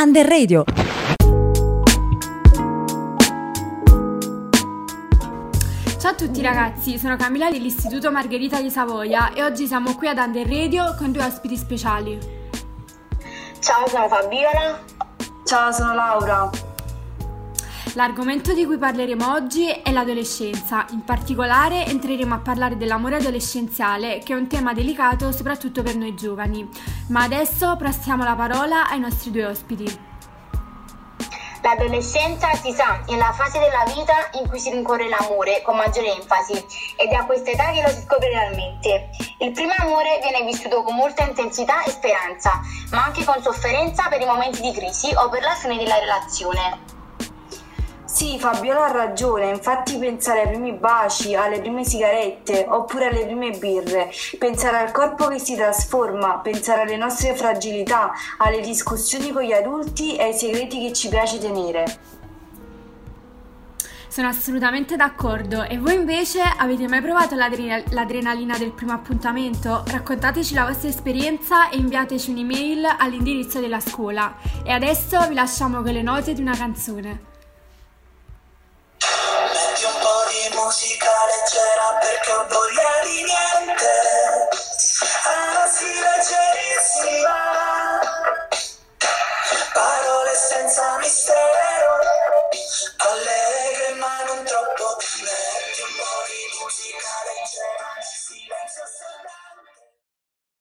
Under Radio. Ciao a tutti ragazzi, sono Camilla dell'Istituto Margherita di Savoia e oggi siamo qui ad Under Radio con due ospiti speciali. Ciao, sono Fabiola. Ciao, sono Laura. L'argomento di cui parleremo oggi è l'adolescenza, in particolare entreremo a parlare dell'amore adolescenziale, che è un tema delicato soprattutto per noi giovani. Ma adesso passiamo la parola ai nostri due ospiti. L'adolescenza, si sa, è la fase della vita in cui si rincorre l'amore con maggiore enfasi ed è a questa età che lo si scopre realmente. Il primo amore viene vissuto con molta intensità e speranza, ma anche con sofferenza per i momenti di crisi o per la fine della relazione. Sì, Fabiola ha ragione, infatti pensare ai primi baci, alle prime sigarette oppure alle prime birre, pensare al corpo che si trasforma, pensare alle nostre fragilità, alle discussioni con gli adulti e ai segreti che ci piace tenere. Sono assolutamente d'accordo. E voi invece avete mai provato l'adrenalina del primo appuntamento? Raccontateci la vostra esperienza e inviateci un'email all'indirizzo della scuola. E adesso vi lasciamo con le note di una canzone. Musica leggera perché ho voglia di niente, anzi leggerissima, parole senza mistero, alle